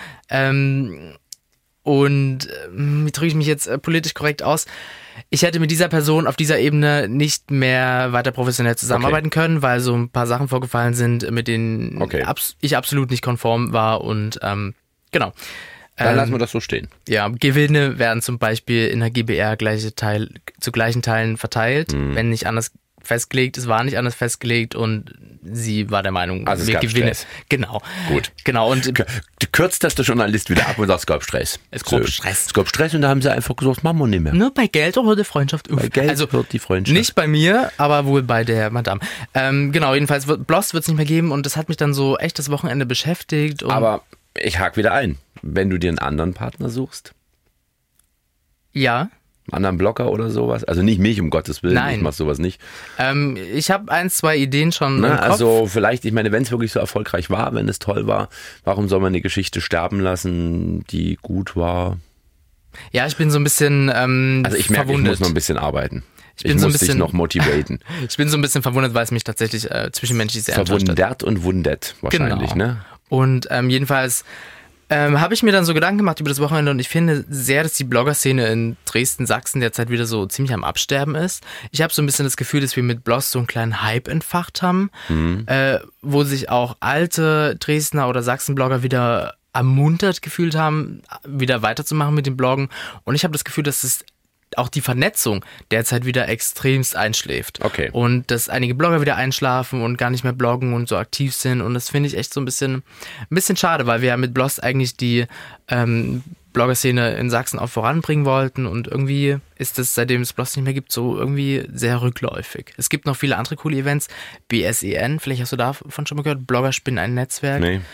Und wie drücke ich mich jetzt politisch korrekt aus? Ich hätte mit dieser Person auf dieser Ebene nicht mehr weiter professionell zusammenarbeiten können, weil so ein paar Sachen vorgefallen sind, mit denen ich absolut nicht konform war und genau. Dann lassen wir das so stehen. Ja, Gewinne werden zum Beispiel in der GbR zu gleichen Teilen verteilt, wenn nicht anders festgelegt. Es war nicht anders festgelegt und sie war der Meinung, also wir gewinnen. Stress. Genau. Gut. Genau. Und du kürzt das der Journalist wieder ab und sagt, es gab Stress. Es gab Stress. Es gab Stress und da haben sie einfach gesagt, das machen wir nicht mehr. Nur bei Geld hört die Freundschaft auf. Bei Geld hört die Freundschaft. Nicht bei mir, aber wohl bei der Madame. Genau, jedenfalls Blost wird es nicht mehr geben und das hat mich dann so echt das Wochenende beschäftigt. Aber ich hake wieder ein. Wenn du dir einen anderen Partner suchst? Ja. Einen anderen Blogger oder sowas? Also nicht mich, um Gottes Willen. Nein. Ich mach sowas nicht. Ich habe 1-2 Ideen schon im Kopf. Also vielleicht, ich meine, wenn es wirklich so erfolgreich war, wenn es toll war, warum soll man eine Geschichte sterben lassen, die gut war? Ja, ich bin so ein bisschen also ich merke, verwundet. ich muss noch ein bisschen arbeiten. Ich muss dich noch motivieren. Ich bin so ein bisschen verwundert, weil es mich tatsächlich zwischenmenschlich sehr enttäuscht hat. Verwundert und wundet wahrscheinlich, genau. Ne? Und jedenfalls habe ich mir dann so Gedanken gemacht über das Wochenende und ich finde sehr, dass die Blogger-Szene in Dresden, Sachsen derzeit wieder so ziemlich am Absterben ist. Ich habe so ein bisschen das Gefühl, dass wir mit Blogs so einen kleinen Hype entfacht haben, wo sich auch alte Dresdner oder Sachsen-Blogger wieder ermuntert gefühlt haben, wieder weiterzumachen mit dem Bloggen. Und ich habe das Gefühl, dass es auch die Vernetzung derzeit wieder extremst einschläft. Okay. Und dass einige Blogger wieder einschlafen und gar nicht mehr bloggen und so aktiv sind. Und das finde ich echt so ein bisschen schade, weil wir ja mit Blogs eigentlich die Blogger-Szene in Sachsen auch voranbringen wollten. Und irgendwie ist es, seitdem es Blogs nicht mehr gibt, so irgendwie sehr rückläufig. Es gibt noch viele andere coole Events. BSEN, vielleicht hast du davon schon mal gehört. Blogger spinnen ein Netzwerk. Nee.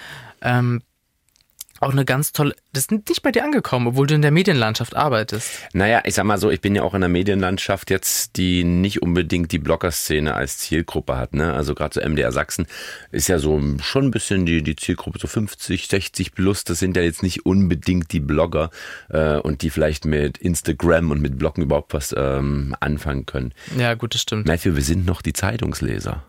Auch eine ganz tolle, das ist nicht bei dir angekommen, obwohl du in der Medienlandschaft arbeitest. Naja, ich sag mal so, ich bin ja auch in der Medienlandschaft jetzt, die nicht unbedingt die Blogger-Szene als Zielgruppe hat. Ne? Also gerade so MDR Sachsen ist ja so schon ein bisschen die Zielgruppe, so 50, 60 plus. Das sind ja jetzt nicht unbedingt die Blogger und die vielleicht mit Instagram und mit Bloggen überhaupt was anfangen können. Ja, gut, das stimmt. Matthew, wir sind noch die Zeitungsleser.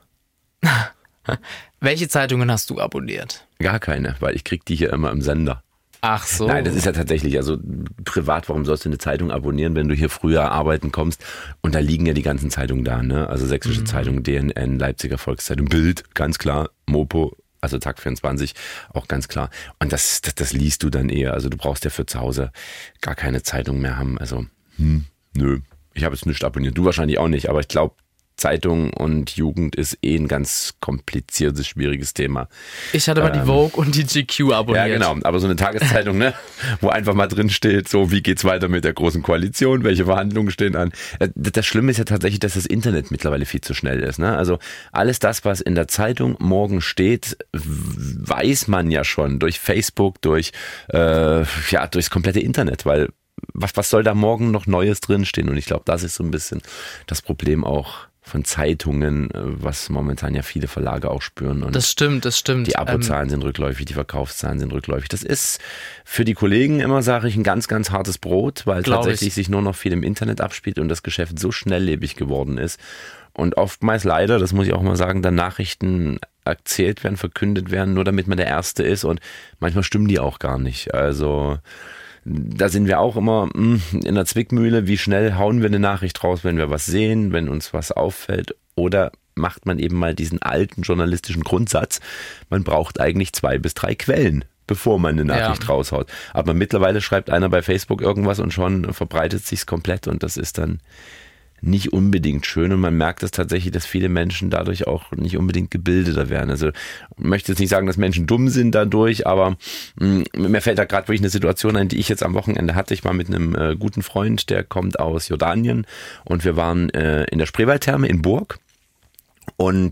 Welche Zeitungen hast du abonniert? Gar keine, weil ich krieg die hier immer im Sender. Ach so. Nein, das ist ja tatsächlich, also privat, warum sollst du eine Zeitung abonnieren, wenn du hier früher arbeiten kommst? Und da liegen ja die ganzen Zeitungen da, ne? Also Sächsische Zeitung, DNN, Leipziger Volkszeitung, Bild, ganz klar, Mopo, also Tag 24, auch ganz klar. Und das liest du dann eher, also du brauchst ja für zu Hause gar keine Zeitung mehr haben. Also, nö, ich habe jetzt nichts abonniert, du wahrscheinlich auch nicht, aber ich glaube, Zeitung und Jugend ist ein ganz kompliziertes, schwieriges Thema. Ich hatte mal die Vogue und die GQ abonniert. Ja, genau. Aber so eine Tageszeitung, ne, wo einfach mal drin steht, so wie geht's weiter mit der großen Koalition, welche Verhandlungen stehen an. Das Schlimme ist ja tatsächlich, dass das Internet mittlerweile viel zu schnell ist. Ne? Also alles das, was in der Zeitung morgen steht, weiß man ja schon durch Facebook, durchs komplette Internet, weil was soll da morgen noch Neues drinstehen? Und ich glaube, das ist so ein bisschen das Problem auch von Zeitungen, was momentan ja viele Verlage auch spüren. Und das stimmt. Die Abozahlen sind rückläufig, die Verkaufszahlen sind rückläufig. Das ist für die Kollegen immer, sage ich, ein ganz, ganz hartes Brot, weil tatsächlich sich nur noch viel im Internet abspielt und das Geschäft so schnelllebig geworden ist. Und oftmals leider, das muss ich auch mal sagen, dann Nachrichten erzählt werden, verkündet werden, nur damit man der Erste ist. Und manchmal stimmen die auch gar nicht. Also da sind wir auch immer in der Zwickmühle, wie schnell hauen wir eine Nachricht raus, wenn wir was sehen, wenn uns was auffällt, oder macht man eben mal diesen alten journalistischen Grundsatz, man braucht eigentlich 2 bis 3 Quellen, bevor man eine Nachricht raushaut. Aber mittlerweile schreibt einer bei Facebook irgendwas und schon verbreitet sich's komplett und das ist dann nicht unbedingt schön und man merkt es tatsächlich, dass viele Menschen dadurch auch nicht unbedingt gebildeter werden. Also ich möchte jetzt nicht sagen, dass Menschen dumm sind dadurch, aber mir fällt da gerade wirklich eine Situation ein, die ich jetzt am Wochenende hatte. Ich war mit einem guten Freund, der kommt aus Jordanien und wir waren in der Spreewaldtherme in Burg und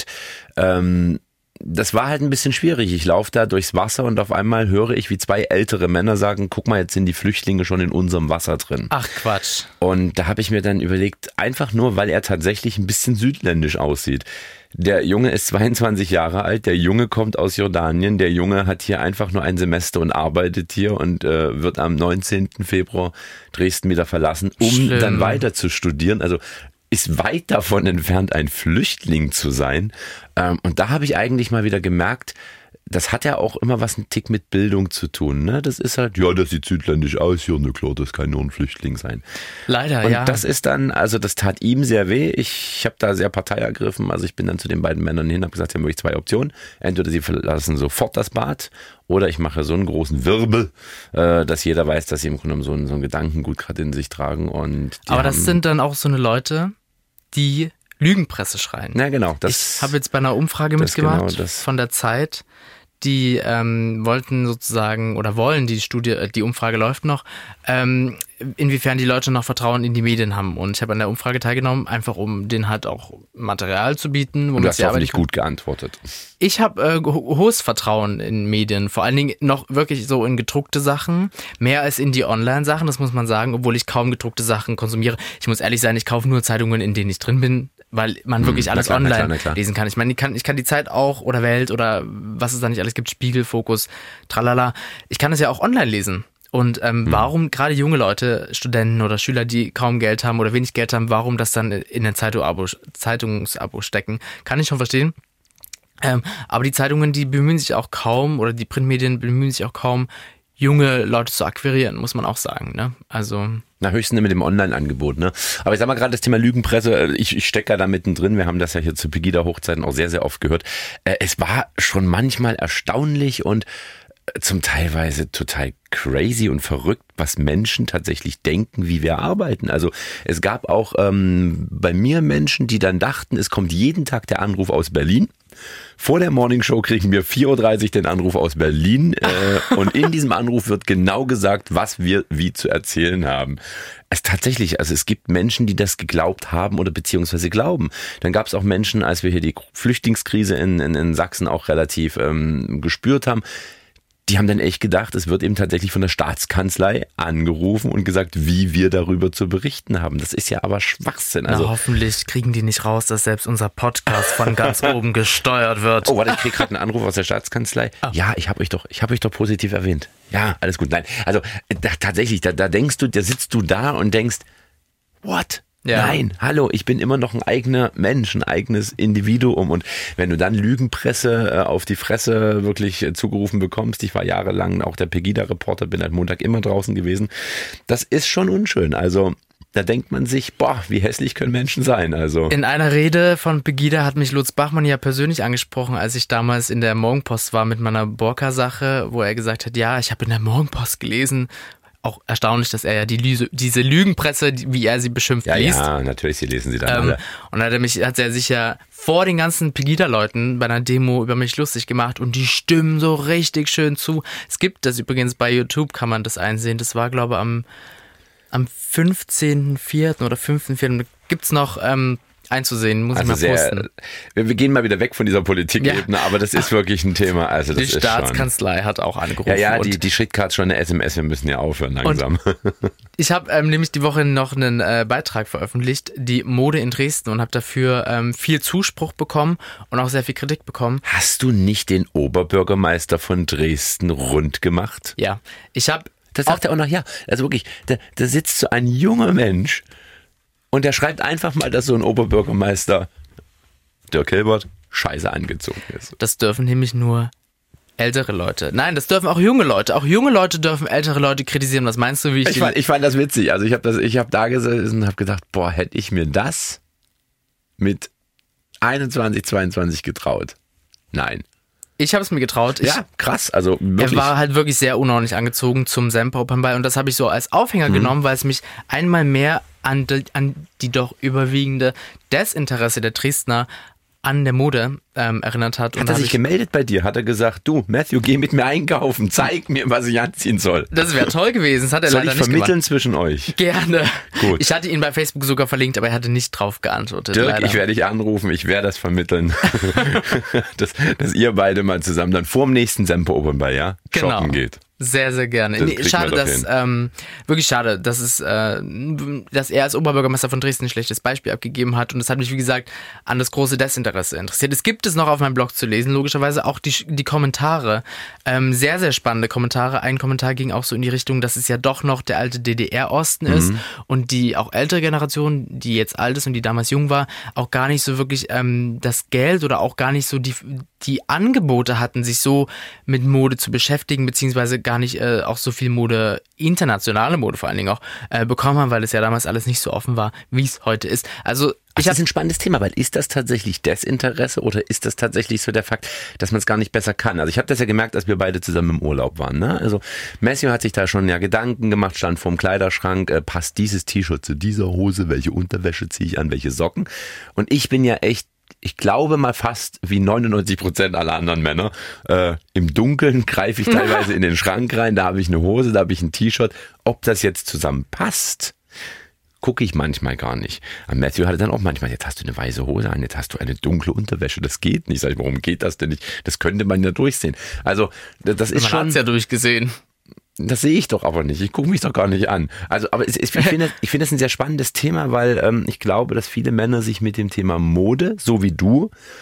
das war halt ein bisschen schwierig. Ich laufe da durchs Wasser und auf einmal höre ich, wie 2 ältere Männer sagen, guck mal, jetzt sind die Flüchtlinge schon in unserem Wasser drin. Ach Quatsch. Und da habe ich mir dann überlegt, einfach nur, weil er tatsächlich ein bisschen südländisch aussieht. Der Junge ist 22 Jahre alt, der Junge kommt aus Jordanien, der Junge hat hier einfach nur ein Semester und arbeitet hier und wird am 19. Februar Dresden wieder verlassen, um dann weiter zu studieren. Also ist weit davon entfernt, ein Flüchtling zu sein. Und da habe ich eigentlich mal wieder gemerkt, das hat ja auch immer was einen Tick mit Bildung zu tun. Ne? Das ist halt, ja, das sieht südländisch aus, ja, na klar, das kann nur ein Flüchtling sein. Leider, und ja. Und das ist dann, also das tat ihm sehr weh. Ich habe da sehr Partei ergriffen. Also ich bin dann zu den beiden Männern hin, habe gesagt, sie haben wirklich 2 Optionen. Entweder sie verlassen sofort das Bad oder ich mache so einen großen Wirbel, dass jeder weiß, dass sie im Grunde genommen so einen Gedankengut gerade in sich tragen. Und aber das sind dann auch so eine Leute, die Lügenpresse schreien. Ja, genau. Ich habe jetzt bei einer Umfrage mitgemacht von der Zeit. Die wollten sozusagen oder wollen die Umfrage läuft noch, inwiefern die Leute noch Vertrauen in die Medien haben. Und ich habe an der Umfrage teilgenommen, einfach um denen halt auch Material zu bieten. Und du hast hoffentlich gut geantwortet. Ich habe hohes Vertrauen in Medien, vor allen Dingen noch wirklich so in gedruckte Sachen, mehr als in die Online-Sachen, das muss man sagen, obwohl ich kaum gedruckte Sachen konsumiere. Ich muss ehrlich sein, ich kaufe nur Zeitungen, in denen ich drin bin, weil man wirklich alles online lesen kann. Ich meine, ich kann die Zeit auch oder Welt oder was es da nicht alles gibt, Spiegel, Fokus, tralala. Ich kann es ja auch online lesen. Und warum gerade junge Leute, Studenten oder Schüler, die kaum Geld haben oder wenig Geld haben, warum das dann in ein Zeitungsabo stecken, kann ich schon verstehen. Aber die Zeitungen, die bemühen sich auch kaum, oder die Printmedien bemühen sich auch kaum, junge Leute zu akquirieren, muss man auch sagen, ne? Also. Na, höchstens mit dem Online-Angebot, ne? Aber ich sag mal gerade das Thema Lügenpresse, ich stecke ja da mittendrin, wir haben das ja hier zu Pegida-Hochzeiten auch sehr, sehr oft gehört. Es war schon manchmal erstaunlich und zum Teilweise total crazy und verrückt, was Menschen tatsächlich denken, wie wir arbeiten. Also es gab auch bei mir Menschen, die dann dachten, es kommt jeden Tag der Anruf aus Berlin. Vor der Morningshow kriegen wir 4.30 Uhr den Anruf aus Berlin und in diesem Anruf wird genau gesagt, was wir wie zu erzählen haben. Es gibt Menschen, die das geglaubt haben oder beziehungsweise glauben. Dann gab es auch Menschen, als wir hier die Flüchtlingskrise in Sachsen auch relativ gespürt haben, die haben dann echt gedacht, es wird eben tatsächlich von der Staatskanzlei angerufen und gesagt, wie wir darüber zu berichten haben. Das ist ja aber Schwachsinn. Also hoffentlich kriegen die nicht raus, dass selbst unser Podcast von ganz oben gesteuert wird. Oh, warte, ich kriege gerade einen Anruf aus der Staatskanzlei. Oh. Ja, ich habe euch doch positiv erwähnt. Ja, alles gut. Nein, also tatsächlich, da denkst du, da sitzt du da und denkst, what? Ja. Nein, hallo, ich bin immer noch ein eigener Mensch, ein eigenes Individuum und wenn du dann Lügenpresse auf die Fresse wirklich zugerufen bekommst, ich war jahrelang auch der Pegida-Reporter, bin halt Montag immer draußen gewesen, das ist schon unschön, also da denkt man sich, boah, wie hässlich können Menschen sein, also. In einer Rede von Pegida hat mich Lutz Bachmann ja persönlich angesprochen, als ich damals in der Morgenpost war mit meiner Burka-Sache, wo er gesagt hat, ja, ich habe in der Morgenpost gelesen. Auch erstaunlich, dass er ja diese Lügenpresse, wie er sie beschimpft, liest. Ja, natürlich, sie lesen sie dann alle. Und hat er sich ja vor den ganzen Pegida-Leuten bei einer Demo über mich lustig gemacht und die stimmen so richtig schön zu. Es gibt das übrigens bei YouTube, kann man das einsehen. Das war, glaube ich, am 15.04. oder 5.04. Gibt's noch einzusehen, muss also ich mal posten. Wir gehen mal wieder weg von dieser Politikebene, aber das ist wirklich ein Thema. Also das die Staatskanzlei hat auch angerufen. Ja, die schickt gerade schon eine SMS, wir müssen ja aufhören langsam. Ich habe nämlich die Woche noch einen Beitrag veröffentlicht, die Mode in Dresden, und habe dafür viel Zuspruch bekommen und auch sehr viel Kritik bekommen. Hast du nicht den Oberbürgermeister von Dresden rund gemacht? Ja, ich habe... Das sagt er auch noch, ja, also wirklich, da sitzt so ein junger Mensch und der schreibt einfach mal, dass so ein Oberbürgermeister, Dirk Hilbert, scheiße angezogen ist. Das dürfen nämlich nur ältere Leute. Nein, das dürfen auch junge Leute. Auch junge Leute dürfen ältere Leute kritisieren. Was meinst du, wie ich fand das witzig. Also ich habe da gesessen und habe gedacht, boah, hätte ich mir das mit 21, 22 getraut? Nein. Ich habe es mir getraut. Ja, krass. Also wirklich. Er war halt wirklich sehr unordentlich angezogen zum Semper Open Ball und das habe ich so als Aufhänger genommen, weil es mich einmal mehr an die doch überwiegende Desinteresse der Dresdner an der Mode erinnert hat. Hat er sich gemeldet bei dir? Hat er gesagt, du, Matthew, geh mit mir einkaufen, zeig mir, was ich anziehen soll? Das wäre toll gewesen, das hat er leider nicht gemacht. Soll ich vermitteln zwischen euch? Gerne. Gut. Ich hatte ihn bei Facebook sogar verlinkt, aber er hatte nicht drauf geantwortet. Dirk, leider. Ich werde dich anrufen, ich werde das vermitteln. dass ihr beide mal zusammen dann vor dem nächsten Semper Open Ball, ja, shoppen geht. Sehr, sehr gerne. Schade, wirklich schade, dass er als Oberbürgermeister von Dresden ein schlechtes Beispiel abgegeben hat. Und das hat mich, wie gesagt, an das große Desinteresse interessiert. Es gibt es noch auf meinem Blog zu lesen, logischerweise auch die Kommentare. Sehr, sehr spannende Kommentare. Ein Kommentar ging auch so in die Richtung, dass es ja doch noch der alte DDR-Osten ist und die auch ältere Generation, die jetzt alt ist und die damals jung war, auch gar nicht so wirklich das Geld oder auch gar nicht so die Angebote hatten, sich so mit Mode zu beschäftigen, beziehungsweise gar nicht auch so viel Mode, internationale Mode vor allen Dingen auch, bekommen haben, weil es ja damals alles nicht so offen war, wie es heute ist. Also das ist ein spannendes Thema, weil ist das tatsächlich Desinteresse oder ist das tatsächlich so der Fakt, dass man es gar nicht besser kann? Also ich habe das ja gemerkt, als wir beide zusammen im Urlaub waren. Ne? Also Matthew hat sich da schon ja Gedanken gemacht, stand vorm Kleiderschrank, passt dieses T-Shirt zu dieser Hose, welche Unterwäsche ziehe ich an, welche Socken? Und ich bin ja echt, ich glaube mal fast wie 99% aller anderen Männer. Im Dunkeln greife ich teilweise in den Schrank rein, da habe ich eine Hose, da habe ich ein T-Shirt. Ob das jetzt zusammen passt, gucke ich manchmal gar nicht. Matthew hatte dann auch manchmal, jetzt hast du eine weiße Hose an, jetzt hast du eine dunkle Unterwäsche, das geht nicht. Sag ich, warum geht das denn nicht? Das könnte man ja durchsehen. Also das ist schon... Man hat es ja durchgesehen. Das sehe ich doch aber nicht. Ich gucke mich doch gar nicht an. Also, aber ich finde das ein sehr spannendes Thema, weil ich glaube, dass viele Männer sich mit dem Thema Mode, so wie du,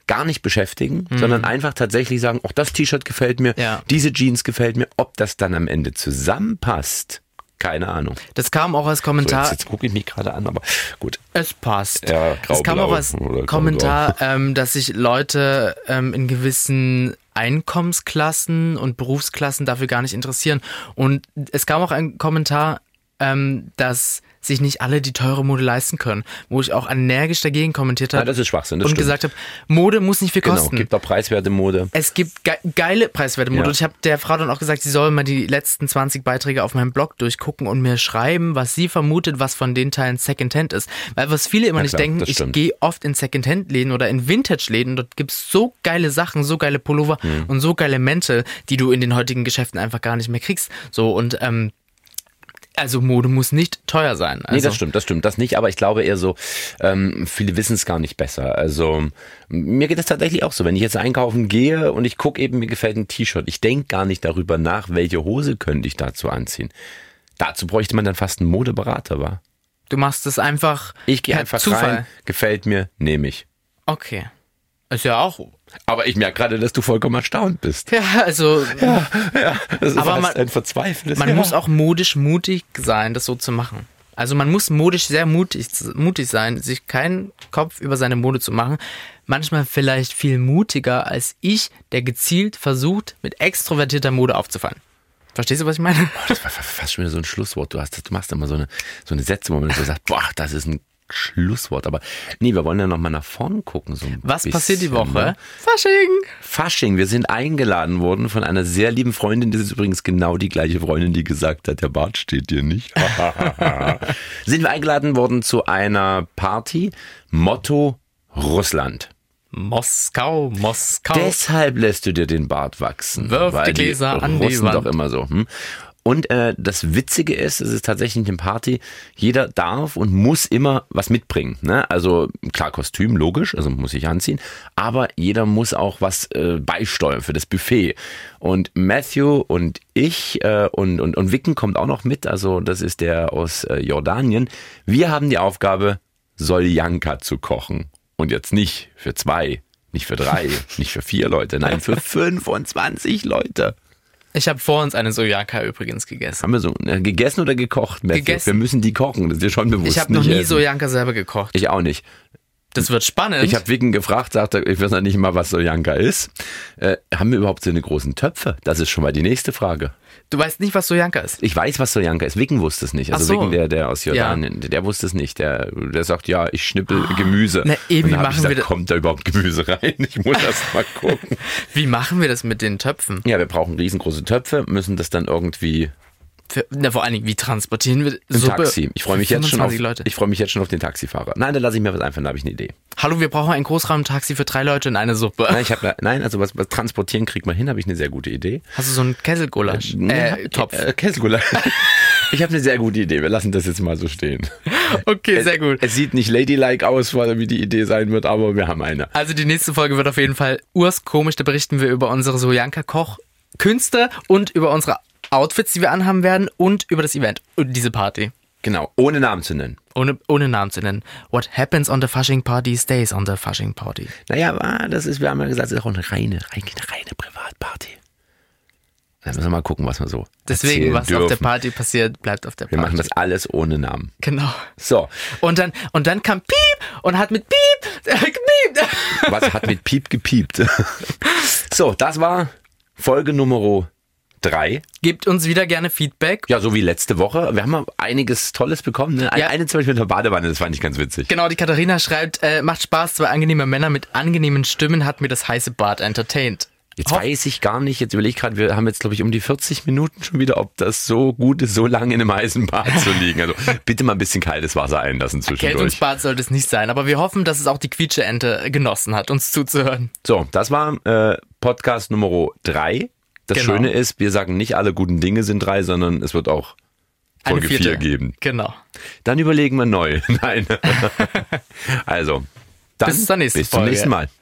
gar nicht beschäftigen, sondern einfach tatsächlich sagen, auch das T-Shirt gefällt mir, diese Jeans gefällt mir. Ob das dann am Ende zusammenpasst, keine Ahnung. Das kam auch als Kommentar. So, jetzt gucke ich mich gerade an, aber gut. Es passt. Ja, es kam auch als Kommentar, dass sich Leute in gewissen Einkommensklassen und Berufsklassen dafür gar nicht interessieren. Und es kam auch ein Kommentar, dass sich nicht alle die teure Mode leisten können, wo ich auch energisch dagegen kommentiert habe. Ja, das ist Schwachsinn, das und stimmt. gesagt habe, Mode muss nicht viel kosten. Genau, gibt auch preiswerte Mode. Es gibt geile preiswerte Mode. Ja. Und ich habe der Frau dann auch gesagt, sie soll mal die letzten 20 Beiträge auf meinem Blog durchgucken und mir schreiben, was sie vermutet, was von den Teilen Secondhand ist. Weil was viele immer nicht denken, ich gehe oft in Secondhand-Läden oder in Vintage-Läden und dort gibt es so geile Sachen, so geile Pullover und so geile Mäntel, die du in den heutigen Geschäften einfach gar nicht mehr kriegst. So und also Mode muss nicht teuer sein. Also. Nee, das stimmt, das nicht, aber ich glaube eher so, viele wissen es gar nicht besser. Also mir geht es tatsächlich auch so, wenn ich jetzt einkaufen gehe und ich gucke eben, mir gefällt ein T-Shirt, ich denke gar nicht darüber nach, welche Hose könnte ich dazu anziehen. Dazu bräuchte man dann fast einen Modeberater, wa? Du machst es einfach Ich gehe einfach Zufall. rein, gefällt mir, nehme ich. Okay. Ist ja auch... Aber ich merke gerade, dass du vollkommen erstaunt bist. Ja, also... Ja, das ist aber fast ein verzweifeltes Man muss auch modisch mutig sein, das so zu machen. Also man muss modisch sehr mutig sein, sich keinen Kopf über seine Mode zu machen. Manchmal vielleicht viel mutiger als ich, der gezielt versucht, mit extrovertierter Mode aufzufallen. Verstehst du, was ich meine? Das war fast schon wieder so ein Schlusswort. Du machst immer so eine Sätze, wo man so sagt, boah, das ist ein Schlusswort. Aber nee, wir wollen ja noch mal nach vorn gucken. So was bisschen, passiert die Woche? Ne? Fasching. Wir sind eingeladen worden von einer sehr lieben Freundin. Das ist übrigens genau die gleiche Freundin, die gesagt hat, der Bart steht dir nicht. Sind wir eingeladen worden zu einer Party. Motto Russland. Moskau. Deshalb lässt du dir den Bart wachsen. Wirf weil die Gläser an die Russen Wand. doch immer so. Und das Witzige ist, es ist tatsächlich eine Party, jeder darf und muss immer was mitbringen. Ne? Also klar, Kostüm, logisch, also muss ich anziehen, aber jeder muss auch was beisteuern für das Buffet. Und Matthew und ich und Wicken kommt auch noch mit, also das ist der aus Jordanien. Wir haben die Aufgabe, Soljanka zu kochen. Und jetzt nicht für 2, nicht für 3, nicht für 4 Leute, nein, für 25 Leute. Ich habe vor uns eine Soljanka übrigens gegessen. Haben wir so gegessen oder gekocht? Matthew? Gegessen. Wir müssen die kochen, das ist dir schon bewusst. Ich habe noch nie Soljanka selber gekocht. Ich auch nicht. Das wird spannend. Ich habe Wicken gefragt, sagte, ich weiß noch nicht mal, was Soljanka ist. Haben wir überhaupt so eine großen Töpfe? Das ist schon mal die nächste Frage. Du weißt nicht, was Soljanka ist? Ich weiß, was Soljanka ist. Wicken wusste es nicht. Also Ach so. Wicken, der aus Jordanien, der wusste es nicht. Der sagt, ja, ich schnippel Gemüse. Na, eben, und wie dann hab machen ich gesagt, wir das? kommt da überhaupt Gemüse rein? Ich muss erst mal gucken. Wie machen wir das mit den Töpfen? Ja, wir brauchen riesengroße Töpfe, müssen das dann irgendwie Vor allen Dingen, wie transportieren wir im Suppe? Taxi. Ich freue mich jetzt schon Leute. Ich freue mich jetzt schon auf den Taxifahrer. Nein, da lasse ich mir was einfallen, da habe ich eine Idee. Hallo, wir brauchen ein Großraumtaxi für 3 Leute und eine Suppe. Nein, also was transportieren kriegt man hin, habe ich eine sehr gute Idee. Hast du so einen Kesselgulasch? Topf. Kesselgulasch. Ich habe eine sehr gute Idee. Wir lassen das jetzt mal so stehen. Okay, sehr gut. Es sieht nicht ladylike aus, wie die Idee sein wird, aber wir haben eine. Also die nächste Folge wird auf jeden Fall urskomisch. Da berichten wir über unsere Soljanka-Koch-Künste und über unsere Outfits, die wir anhaben werden und über das Event und diese Party. Genau, ohne Namen zu nennen. Ohne Namen zu nennen. What happens on the Fasching Party stays on the Fasching Party. Naja, wir haben ja gesagt, es ist auch eine reine Privatparty. Dann müssen wir mal gucken, was wir so Deswegen, was dürfen. auf der Party passiert, bleibt auf der Party. Wir machen das alles ohne Namen. Genau. So. Und dann kam Piep und hat mit Piep gepiept. Was hat mit Piep gepiept? So, das war Folge Nummer 3. Gebt uns wieder gerne Feedback. Ja, so wie letzte Woche. Wir haben mal einiges Tolles bekommen. Ne? Ja. Eine zum Beispiel mit der Badewanne, das fand ich ganz witzig. Genau, die Katharina schreibt, macht Spaß, 2 angenehme Männer mit angenehmen Stimmen hat mir das heiße Bad entertained. Jetzt weiß ich gar nicht, jetzt überlege ich gerade, wir haben jetzt glaube ich um die 40 Minuten schon wieder, ob das so gut ist, so lange in einem heißen Bad zu liegen. Also bitte mal ein bisschen kaltes Wasser einlassen zwischendurch. Erkältungsbad sollte es nicht sein, aber wir hoffen, dass es auch die Quietsche-Ente genossen hat, uns zuzuhören. So, das war Podcast Nummer 3. Das Genau. Schöne ist, wir sagen nicht alle guten Dinge sind 3, sondern es wird auch Folge 4 geben. Genau. Dann überlegen wir neu. Nein. Also, dann Bis zur nächsten bis zum Folge. nächsten Mal.